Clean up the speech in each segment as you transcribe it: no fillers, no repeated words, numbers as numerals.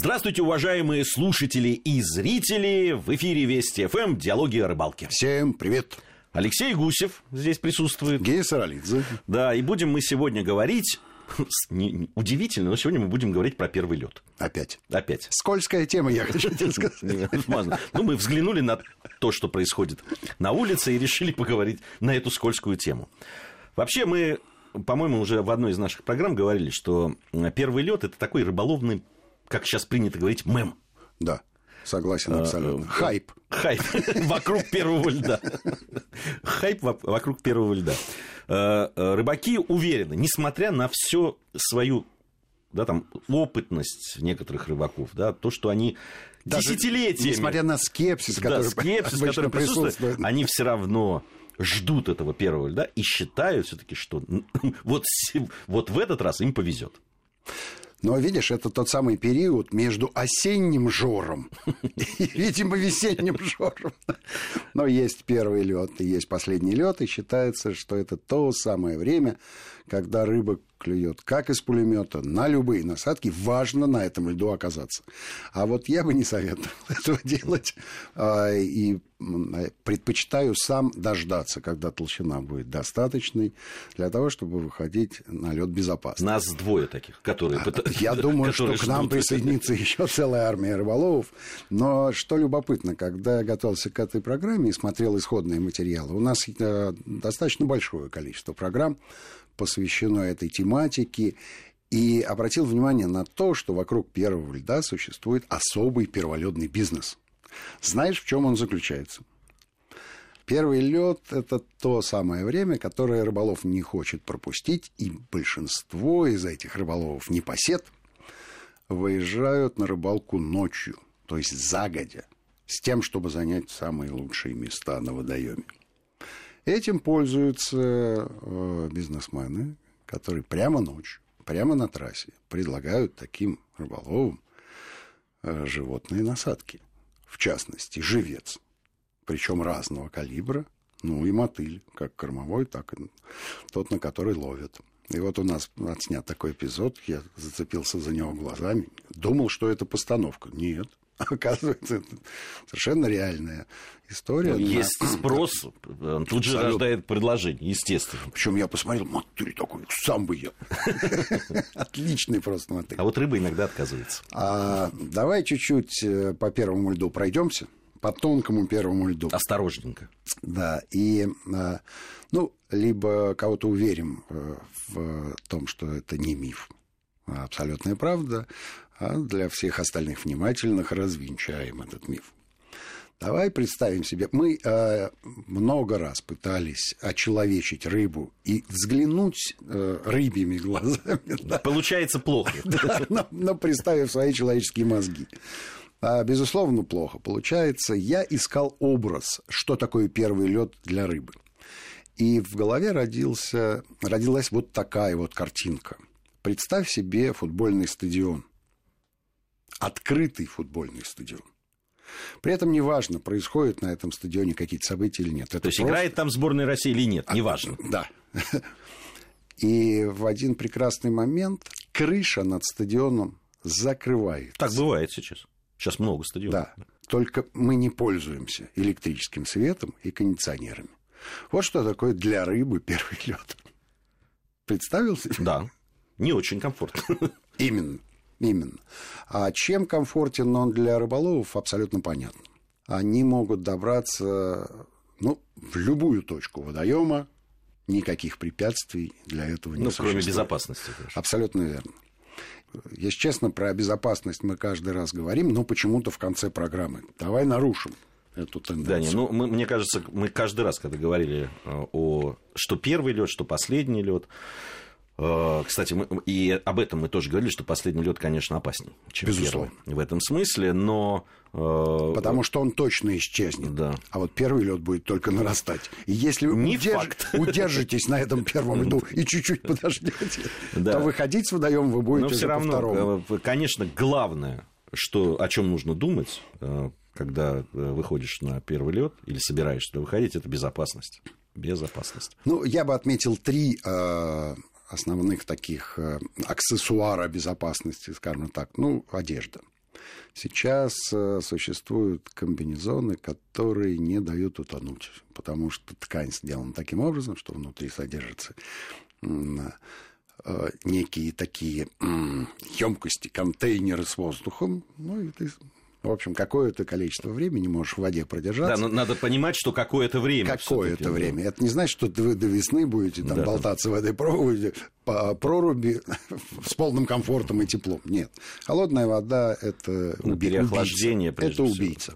Здравствуйте, уважаемые слушатели и зрители. В эфире Вести ФМ «Диалоги о рыбалке». Всем привет. Алексей Гусев здесь присутствует. Гея Саралидзе. Да, и будем мы сегодня говорить... Удивительно, но сегодня мы будем говорить про первый лед. Опять. Скользкая тема, я хочу тебе сказать. Ну, мы взглянули на то, что происходит на улице, и решили поговорить на эту скользкую тему. Вообще, мы, по-моему, уже в одной из наших программ говорили, что первый лед — это такой рыболовный, как сейчас принято говорить, мем. Да, согласен абсолютно. Хайп вокруг первого льда. Хайп вокруг первого льда. Рыбаки уверены, несмотря на всю свою, да, там, опытность некоторых рыбаков, да, то, что они десятилетиями... Несмотря на скепсис, который присутствует, они все равно ждут этого первого льда и считают все-таки, что вот в этот раз им повезет. Но, видишь, это тот самый период между осенним жором и, видимо, весенним жором. Но есть первый лед и есть последний лед, и считается, что это то самое время, когда рыба клюет как из пулемета на любые насадки. Важно на этом льду оказаться. А вот я бы не советовал этого делать. И предпочитаю сам дождаться, когда толщина будет достаточной, для того, чтобы выходить на лед безопасно. Нас двое таких, которые... Я думаю, что к нам присоединится еще целая армия рыболовов. Но что любопытно, когда я готовился к этой программе и смотрел исходные материалы, у нас достаточно большое количество программ посвящено этой тематике, и обратил внимание на то, что вокруг первого льда существует особый перволедный бизнес. Знаешь, в чем он заключается? Первый лед – это то самое время, которое рыболов не хочет пропустить, и большинство из этих рыболовов, непосед, выезжают на рыбалку ночью, то есть загодя, с тем, чтобы занять самые лучшие места на водоеме. Этим пользуются бизнесмены, которые прямо ночью, прямо на трассе предлагают таким рыболовам животные насадки. В частности, живец, причем разного калибра, ну и мотыль, как кормовой, так и тот, на который ловят. И вот у нас отснят такой эпизод, я зацепился за него глазами, думал, что это постановка. Нет. Оказывается, это совершенно реальная история. Есть спрос, тут же рождает предложение, естественно. Причем я посмотрел, мотыль такой, сам бы я. Отличный просто мотыль. А вот рыба иногда отказывается. Давай чуть-чуть по первому льду пройдемся, по тонкому первому льду. Осторожненько. Да, и, либо кого-то уверим в том, что это не миф, а абсолютная правда, а для всех остальных внимательных развенчаем этот миф. Давай представим себе, мы много раз пытались очеловечить рыбу и взглянуть рыбьими глазами. Да. Получается плохо. Да, но представив свои человеческие мозги. Безусловно, плохо получается. Я искал образ, что такое первый лед для рыбы. И в голове родилась вот такая вот картинка. Представь себе футбольный стадион. Открытый футбольный стадион. При этом неважно, происходят на этом стадионе какие-то события или нет. То есть играет там сборная России или нет, неважно. Да. И в один прекрасный момент крыша над стадионом закрывается. Так бывает сейчас. Сейчас много стадионов. Да. Только мы не пользуемся электрическим светом и кондиционерами. Вот что такое для рыбы первый лед. Представил себе? Да. Не очень комфортно. Именно. А чем комфортен он для рыболовов, абсолютно понятно. Они могут добраться, в любую точку водоема, никаких препятствий для этого не существует. Кроме безопасности. Конечно. Абсолютно верно. Если честно, про безопасность мы каждый раз говорим, но почему-то в конце программы. Давай нарушим эту тенденцию. Да, мне кажется, мы каждый раз, когда говорили что первый лед, что последний лед. Кстати, и об этом мы тоже говорили, что последний лед, конечно, опаснее, чем безусловно. Первый. В этом смысле, но... Потому что он точно исчезнет. Да. А вот первый лед будет только нарастать. И если вы удержитесь на этом первом льду и чуть-чуть подождете, то выходить с водоема вы будете уже по второму. Но все равно, конечно, главное, о чем нужно думать, когда выходишь на первый лед или собираешься выходить, это безопасность. Безопасность. Я бы отметил 3 основных таких аксессуара безопасности, скажем так. Одежда. Сейчас существуют комбинезоны, которые не дают утонуть, потому что ткань сделана таким образом, что внутри содержатся некие такие емкости, контейнеры с воздухом. Ну, и ты, в общем, какое-то количество времени можешь в воде продержаться. Да, но надо понимать, что какое-то время. Какое-то время. Это не значит, что вы до весны будете там болтаться в этой проруби с полным комфортом и теплом. Нет. Холодная вода – это переохлаждение, это убийца.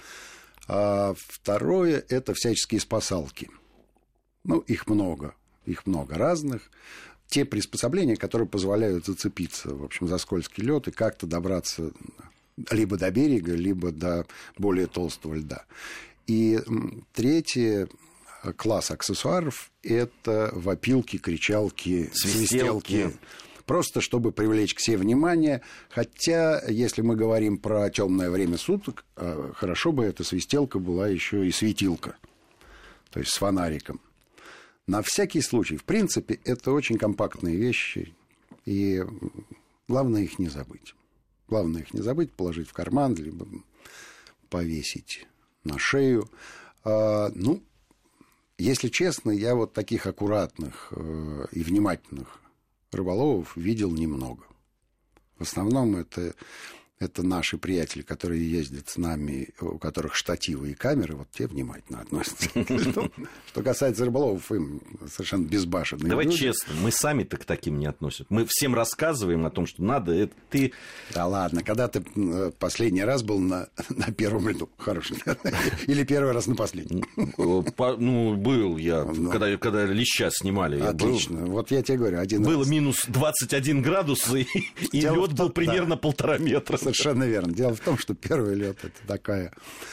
А второе – это всяческие спасалки. Ну, их много разных. Те приспособления, которые позволяют зацепиться, в общем, за скользкий лед и как-то добраться либо до берега, либо до более толстого льда. И третий класс аксессуаров – это вопилки, кричалки, свистелки. Просто чтобы привлечь к себе внимание. Хотя, если мы говорим про темное время суток, хорошо бы эта свистелка была еще и светилка, то есть с фонариком. На всякий случай. В принципе, это очень компактные вещи, и главное их не забыть. Главное их не забыть, положить в карман, либо повесить на шею. Ну, если честно, я вот таких аккуратных и внимательных рыболовов видел немного. В основном это наши приятели, которые ездят с нами, у которых штативы и камеры, вот те внимательно относятся. Что касается рыболовов, им совершенно безбашенные. Давай честно, мы сами-то к таким не относимся. Мы всем рассказываем о том, что надо, это ты... Да ладно, когда ты последний раз был на первом льду, хороший, или первый раз на последнем? Ну, был я, когда леща снимали. Отлично, вот я тебе говорю, один раз. Было минус 21 градус, и лед был примерно 1,5 метра. Совершенно верно. Дело в том, что первый лед это такая,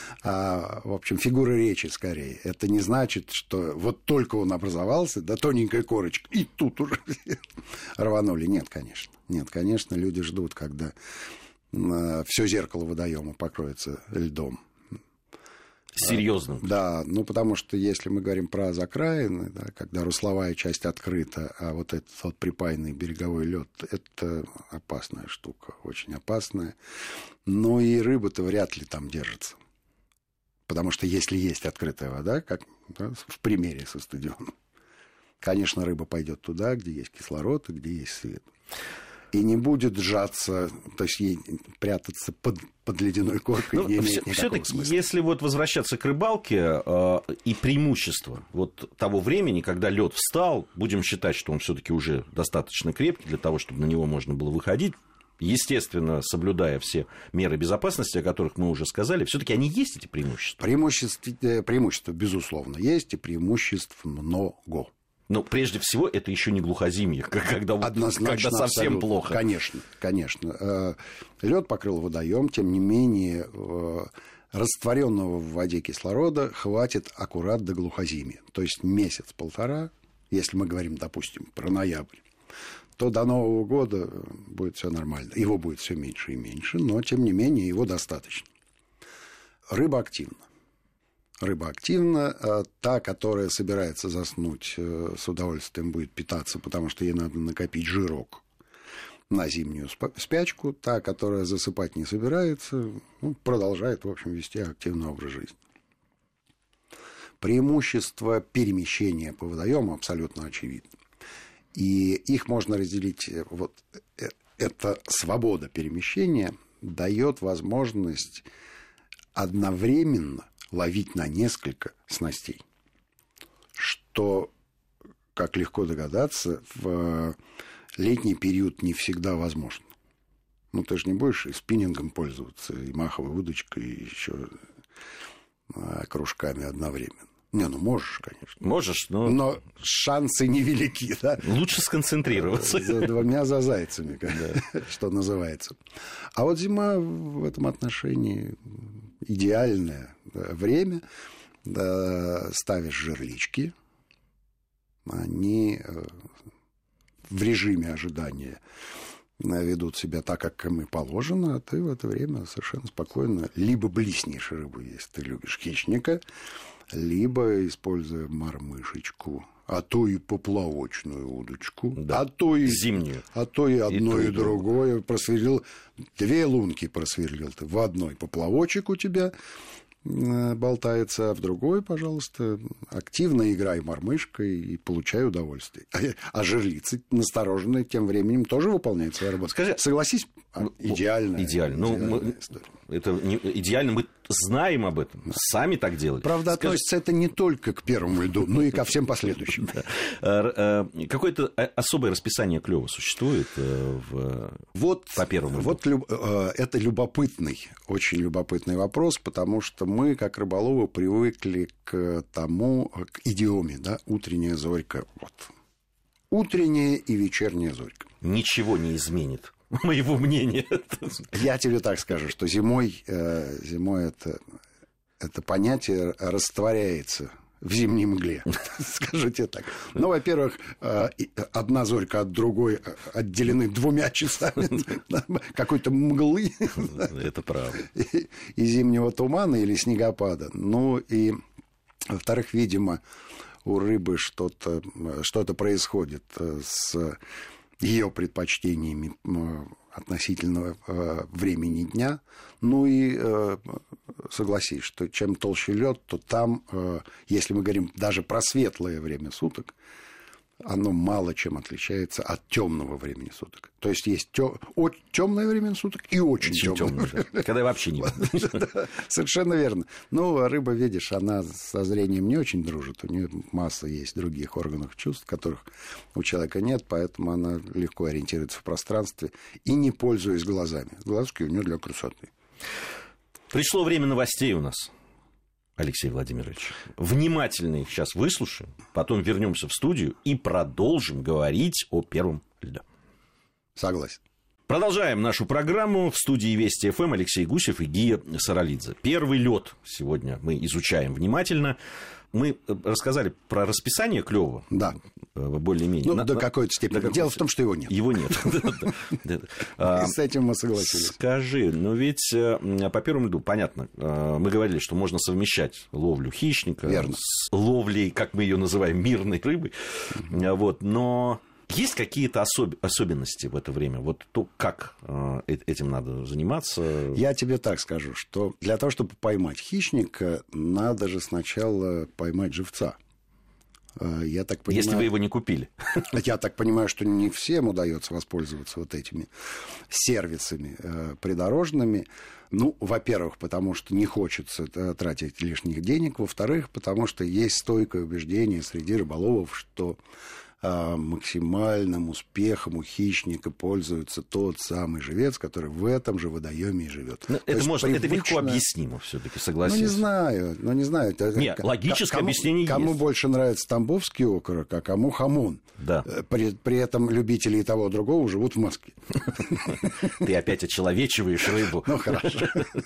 в общем, фигура речи скорее. Это не значит, что вот только он образовался, да, тоненькая корочка, и тут уже рванули. Нет, конечно. Нет, конечно, люди ждут, когда все зеркало водоема покроется льдом. Серьезно? Да, ну потому что если мы говорим про закраины, да, когда русловая часть открыта, а вот этот вот припаянный береговой лед, это опасная штука, очень опасная. Но и рыба-то вряд ли там держится. Потому что если есть открытая вода, как в примере со стадионом, конечно, рыба пойдет туда, где есть кислород и где есть свет. И не будет сжаться, то есть ей прятаться под ледяной коркой, не имеет никакого смысла. Если вот возвращаться к рыбалке и преимущество вот того времени, когда лед встал, будем считать, что он все-таки уже достаточно крепкий для того, чтобы на него можно было выходить, естественно, соблюдая все меры безопасности, о которых мы уже сказали, все-таки они есть, эти преимущества? Преимущества, безусловно, есть, и преимуществ много. Но прежде всего это еще не глухозимье, когда совсем абсолютно. Плохо. Конечно. Лед покрыл водоем, тем не менее растворенного в воде кислорода хватит аккурат до глухозимья. То есть месяц-полтора, если мы говорим, допустим, про ноябрь, то до Нового года будет все нормально. Его будет все меньше и меньше, но тем не менее его достаточно. Рыба активна. Рыба активна, та, которая собирается заснуть, с удовольствием будет питаться, потому что ей надо накопить жирок на зимнюю спячку. Та, которая засыпать не собирается, продолжает, в общем, вести активный образ жизни. Преимущество перемещения по водоему абсолютно очевидно. И их можно разделить. Вот эта свобода перемещения дает возможность одновременно ловить на несколько снастей, что, как легко догадаться, в летний период не всегда возможно. Ну, ты же не будешь и спиннингом пользоваться, и маховой удочкой, и еще кружками одновременно. Не, ну можешь, конечно. Можешь, но шансы невелики, да? Лучше сконцентрироваться. За двумя за зайцами, что называется. А вот зима в этом отношении идеальное время. Ставишь жерлички, они в режиме ожидания ведут себя так, как им и положено, а ты в это время совершенно спокойно либо блеснешь рыбу, если ты любишь хищника, либо, используя мормышечку, а то и поплавочную удочку, да. а то и зимнюю, а то и одно, и другое. Просверлил, 2 лунки просверлил ты. В одной поплавочек у тебя болтается, а в другой, пожалуйста, активно играй мормышкой и получай удовольствие. А жерлицы настороженные тем временем тоже выполняют свою работу. Скажи, согласись, идеально. Идеально. Это не идеально, мы знаем об этом, сами так делали. Правда, относится это не только к первому льду, но и ко всем последующим. Какое-то особое расписание клёва существует по первому льду? Вот это любопытный, очень любопытный вопрос, потому что мы, как рыболовы, привыкли к идиоме, да, утренняя зорька. Вот. Утренняя и вечерняя зорька. Ничего не изменит моего мнения. Я тебе так скажу, что зимой это понятие растворяется в зимней мгле. Скажу тебе так. Ну, во-первых, одна зорька от другой отделены 2 часами какой-то мглы. Это правда. И зимнего тумана или снегопада. Ну, и, во-вторых, видимо, у рыбы что-то происходит с ее предпочтениями относительно времени дня. Ну и согласись, что чем толще лед, то там, если мы говорим даже про светлое время суток, оно мало чем отличается от темного времени суток. То есть есть темное время суток и очень темное. Когда вообще не видно. Совершенно верно. Ну, рыба, видишь, она со зрением не очень дружит. У нее масса есть других органов чувств, которых у человека нет, поэтому она легко ориентируется в пространстве и не пользуясь глазами. Глазки у нее для красоты. Пришло время новостей у нас. Алексей Владимирович, внимательно их сейчас выслушаем, потом вернемся в студию и продолжим говорить о первом льду. Согласен. Продолжаем нашу программу. В студии Вести ФМ Алексей Гусев и Гия Саралидзе. Первый лед сегодня мы изучаем внимательно. Мы рассказали про расписание клёва. Да. Более-менее. До какой-то степени. Дело в том, что его нет. Его нет. С этим мы согласились. Скажи, но ведь по первому льду, понятно, мы говорили, что можно совмещать ловлю хищника с ловлей, как мы ее называем, мирной рыбы. Вот, но есть какие-то особенности в это время? Вот то, как этим надо заниматься? Я тебе так скажу, что для того, чтобы поймать хищника, надо же сначала поймать живца. Я так понимаю, если вы его не купили. Я так понимаю, что не всем удается воспользоваться вот этими сервисами придорожными. Ну, во-первых, потому что не хочется тратить лишних денег. Во-вторых, потому что есть стойкое убеждение среди рыболовов, что максимальным успехом у хищника пользуется тот самый живец, который в этом же водоеме и живет. Это легко объяснимо все-таки, согласись. Не знаю. Нет, логическое объяснение есть. Кому больше нравится тамбовский окорок, а кому хамон. Да. При этом любители и того, и другого живут в Москве. Ты опять очеловечиваешь рыбу. Ну, хорошо.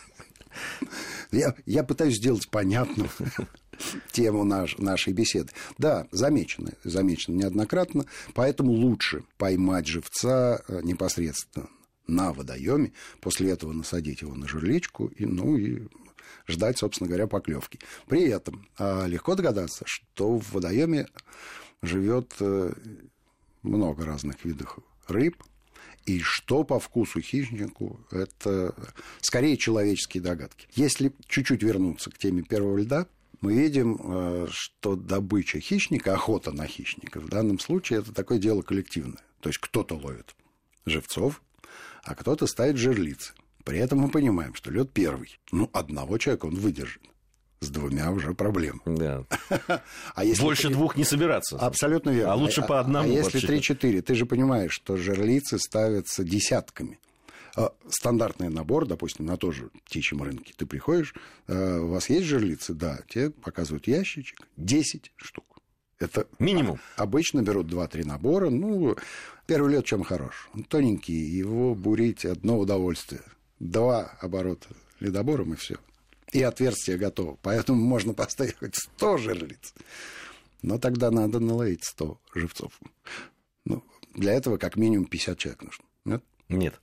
Я пытаюсь сделать понятным тему нашей беседы. Да, замечено неоднократно, поэтому лучше поймать живца непосредственно на водоеме, после этого насадить его на жерличку и ждать, собственно говоря, поклевки. При этом легко догадаться, что в водоеме живет много разных видов рыб, и что по вкусу хищнику, это скорее человеческие догадки. Если чуть-чуть вернуться к теме первого льда, мы видим, что добыча хищника, охота на хищника, в данном случае это такое дело коллективное. То есть кто-то ловит живцов, а кто-то ставит жерлицы. При этом мы понимаем, что лед первый. Одного человека он выдержит. С 2 уже проблема. Да. Больше 2 не собираться. Абсолютно верно. А лучше по одному. А если 3-4, ты же понимаешь, что жерлицы ставятся десятками. Стандартный набор, допустим, на том же птичьем рынке. Ты приходишь, у вас есть жерлицы? Да. Тебе показывают ящичек, 10 штук. Это минимум. Обычно берут 2-3 набора. Первый лед чем хорош? Он тоненький, его бурить одно удовольствие. 2 оборота ледобором и все. И отверстие готово. Поэтому можно поставить хоть 100 жерлиц. Но тогда надо наловить 100 живцов. Для этого как минимум 50 человек нужно. Нет? Нет.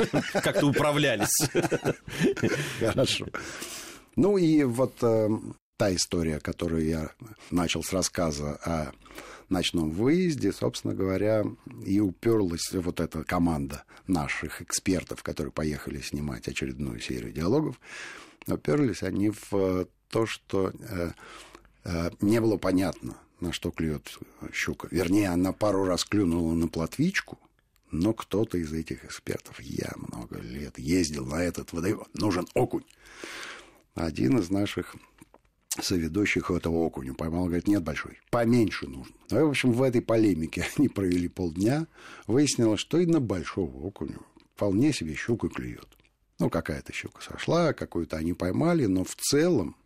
Как-то управлялись. Хорошо. И вот та история, которую я начал с рассказа о ночном выезде, собственно говоря, и уперлась вот эта команда наших экспертов, которые поехали снимать очередную серию диалогов, уперлись они в то, что не было понятно, на что клюет щука. Вернее, она пару раз клюнула на плотвичку, но кто-то из этих экспертов, я много лет ездил на этот водоем, нужен окунь. Один из наших соведущих этого окуня поймал, говорит, нет, большой, поменьше нужно. Ну и, в общем, в этой полемике они провели полдня. Выяснилось, что и на большого окуня вполне себе щука клюет. Ну, какая-то щука сошла, какую-то они поймали, но в целом,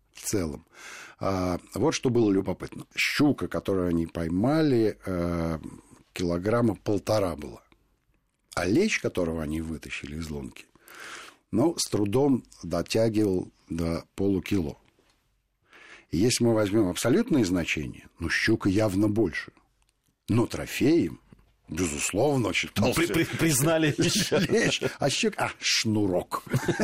вот что было любопытно. Щука, которую они поймали, килограмма 1,5 была. А лещ, которого они вытащили из лунки, с трудом дотягивал до полукило. И если мы возьмем абсолютные значения, щука явно больше. Но трофеем, безусловно, считался... Признали лещ. А щука... шнурок.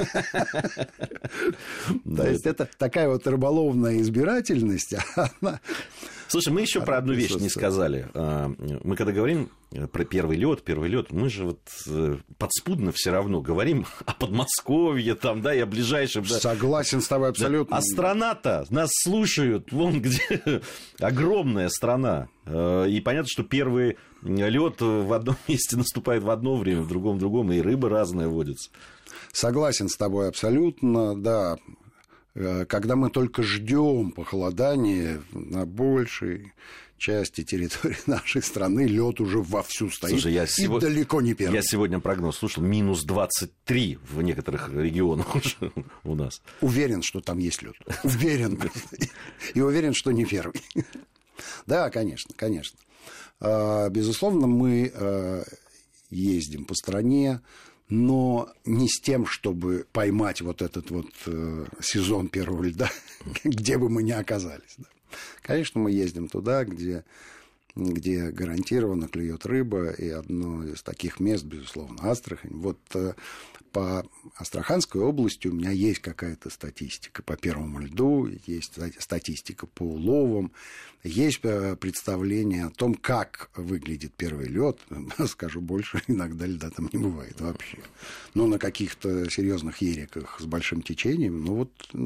То есть, это такая вот рыболовная избирательность. Слушай, мы еще про одну вещь не сказали. Мы когда говорим про первый лед, мы же вот подспудно все равно говорим о Подмосковье, там, да, и о ближайшем. Да. Согласен с тобой абсолютно. А страна-то, нас слушают, вон где огромная страна. И понятно, что первый лед в одном месте наступает в одно время, в другом, и рыба разная водится. Согласен с тобой абсолютно, да. Когда мы только ждем похолодания на большей части территории нашей страны, лед уже вовсю стоит. Слушай, далеко не первый. Я сегодня прогноз слушал, минус 23 в некоторых регионах уже у нас. Уверен, что там есть лед. Уверен. И уверен, что не первый. Да, конечно. Безусловно, мы ездим по стране, но не с тем, чтобы поймать вот этот вот сезон первого льда, где бы мы ни оказались. Да. Конечно, мы ездим туда, где гарантированно клюет рыба, и одно из таких мест, безусловно, Астрахань. Вот по Астраханской области у меня есть какая-то статистика по первому льду, есть статистика по уловам, есть представление о том, как выглядит первый лед. Скажу больше, иногда льда там не бывает вообще. Но на каких-то серьезных ериках с большим течением,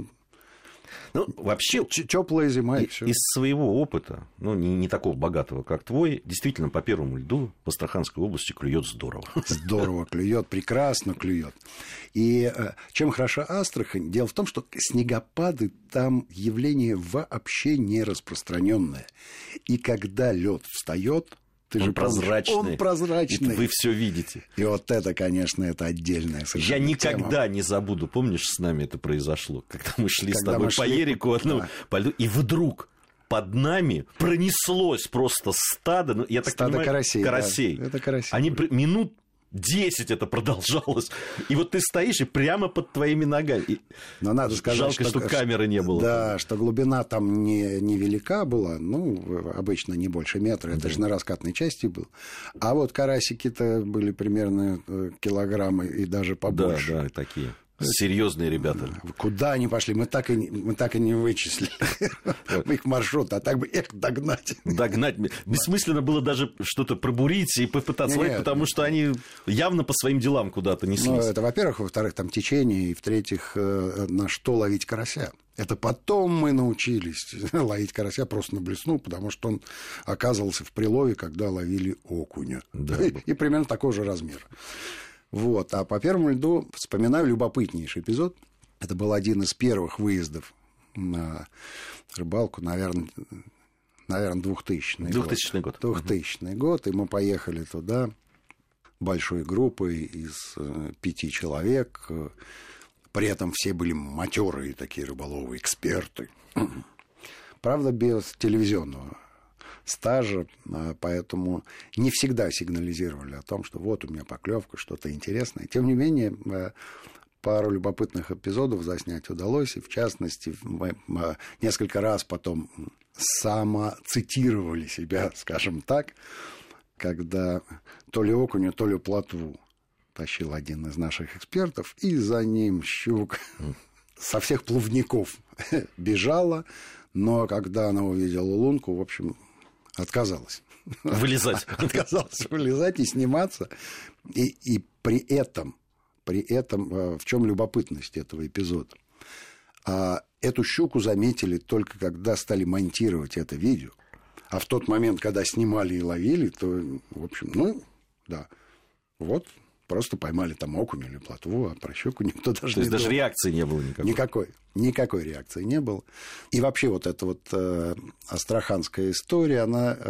вообще, теплая зима и все. Из своего опыта, не такого богатого, как твой, действительно, по первому льду в Астраханской области клюет здорово. Здорово клюет, прекрасно клюет. И чем хороша Астрахань? Дело в том, что снегопады там явление вообще не распространенное. И когда лед встает, он прозрачный. Вы все видите. И вот это, конечно, это отдельная совершенно Я никогда не забуду. Помнишь, с нами это произошло? Когда мы шли с тобой по Ерику, по льду, и вдруг под нами пронеслось просто стадо. Я так стадо понимаю, карасей. Да. Это карасей. Они минут 10 это продолжалось. И вот ты стоишь, и прямо под твоими ногами. Но надо сказать, жалко, что камеры не было. Да, что глубина там не велика была. Обычно не больше метра. Это же на раскатной части был. А вот карасики-то были примерно килограммы и даже побольше. Да, такие. Серьезные ребята. Куда они пошли? Мы так и не вычислили их маршрут, а так бы их догнать. Бессмысленно было даже что-то пробурить и попытаться ловить, потому что они явно по своим делам куда-то неслись. Это, во-первых. Во-вторых, там течение. И, в-третьих, на что ловить карася. Это потом мы научились ловить карася просто на блесну, потому что он оказывался в прилове, когда ловили окуня. Да. И примерно такого же размера. А по первому льду вспоминаю любопытнейший эпизод. Это был один из первых выездов на рыбалку, наверное, 2000 год. 2000 год. И мы поехали туда большой группой из 5 человек. При этом все были матерые такие рыболовы, эксперты. Правда, без телевизионного стажа, поэтому не всегда сигнализировали о том, что вот у меня поклевка, что-то интересное. Тем не менее, пару любопытных эпизодов заснять удалось, и в частности, мы несколько раз потом самоцитировали себя, скажем так, когда то ли окуня, то ли плотву тащил один из наших экспертов, и за ним щука со всех плавников бежала, но когда она увидела лунку, в общем, отказалась. Вылезать. Отказалась вылезать и сниматься. И при этом, в чем любопытность этого эпизода? Эту щуку заметили только когда стали монтировать это видео. А в тот момент, когда снимали и ловили, то, в общем, да, вот, просто поймали там окуня или плотву, а про щуку никто даже не думал. То есть даже реакции не было никакой? Никакой реакции не было. И вообще вот эта вот астраханская история,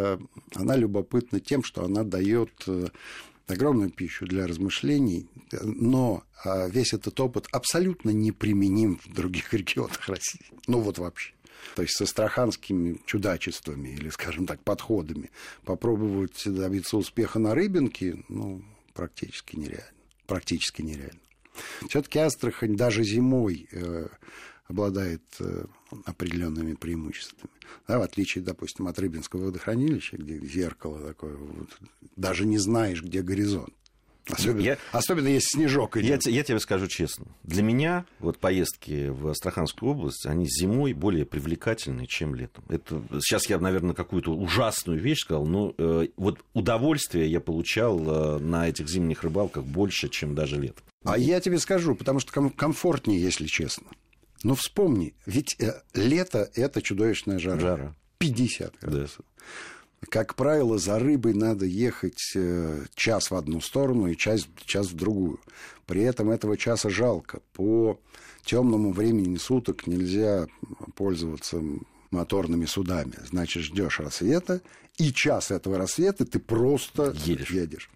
она любопытна тем, что она дает огромную пищу для размышлений, но весь этот опыт абсолютно неприменим в других регионах России. Ну вот вообще. То есть с астраханскими чудачествами или, скажем так, подходами попробовать добиться успеха на Рыбинке, практически нереально. Все-таки Астрахань даже зимой обладает определенными преимуществами. Да, в отличие, допустим, от Рыбинского водохранилища, где зеркало такое, даже не знаешь, где горизонт. Особенно если снежок идет. Я тебе скажу честно. Для меня вот поездки в Астраханскую область, они зимой более привлекательны, чем летом. Сейчас я, наверное, какую-то ужасную вещь сказал, но вот удовольствие я получал на этих зимних рыбалках больше, чем даже летом. А я тебе скажу, потому что комфортнее, если честно. Но вспомни, ведь лето – это чудовищная жара. 50 градусов. Да. Как правило, за рыбой надо ехать час в одну сторону и час в другую. При этом этого часа жалко. По темному времени суток нельзя пользоваться моторными судами. Значит, ждешь рассвета, и час этого рассвета ты просто едешь.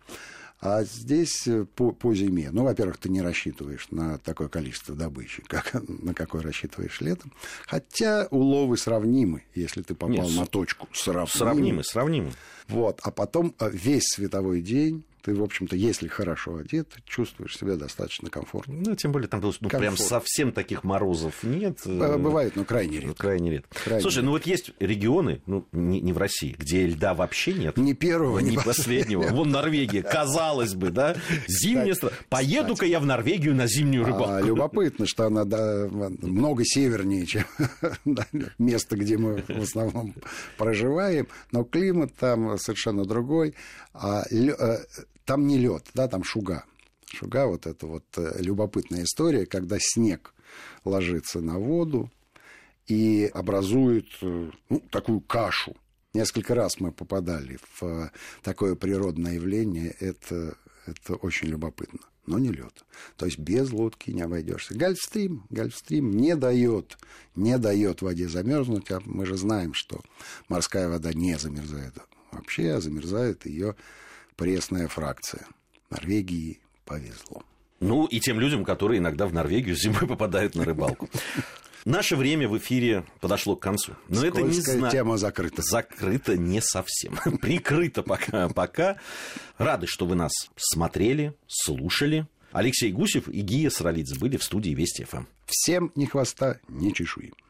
А здесь по зиме, во-первых, ты не рассчитываешь на такое количество добычи, на какое рассчитываешь летом. Хотя уловы сравнимы, если ты попал на точку. Сравнимы. Вот. А потом весь световой день ты, в общем-то, если хорошо одет, чувствуешь себя достаточно комфортно. Тем более там прям совсем таких морозов нет. Бывает, но крайне редко. Слушай, вот есть регионы, не в России, где льда вообще нет. Ни первого, ни последнего. Вон Норвегия, казалось бы, да? Зимняя страна. Поеду-ка я в Норвегию на зимнюю рыбалку. Любопытно, что она много севернее, чем место, где мы в основном проживаем. Но климат там совершенно другой. Там не лед, да, там шуга. Шуга, вот это вот любопытная история, когда снег ложится на воду и образует такую кашу. Несколько раз мы попадали в такое природное явление, это очень любопытно, но не лед. То есть без лодки не обойдешься. Гольфстрим не дает воде замерзнуть, а мы же знаем, что морская вода не замерзает вообще, а замерзает ее пресная фракция. Норвегии повезло. И тем людям, которые иногда в Норвегию зимой попадают на рыбалку. Наше время в эфире подошло к концу. Но это тема закрыта. Закрыта не совсем. Прикрыта пока. Рады, что вы нас смотрели, слушали. Алексей Гусев и Гия Саралидзе были в студии Вести ФМ. Всем ни хвоста, ни чешуи.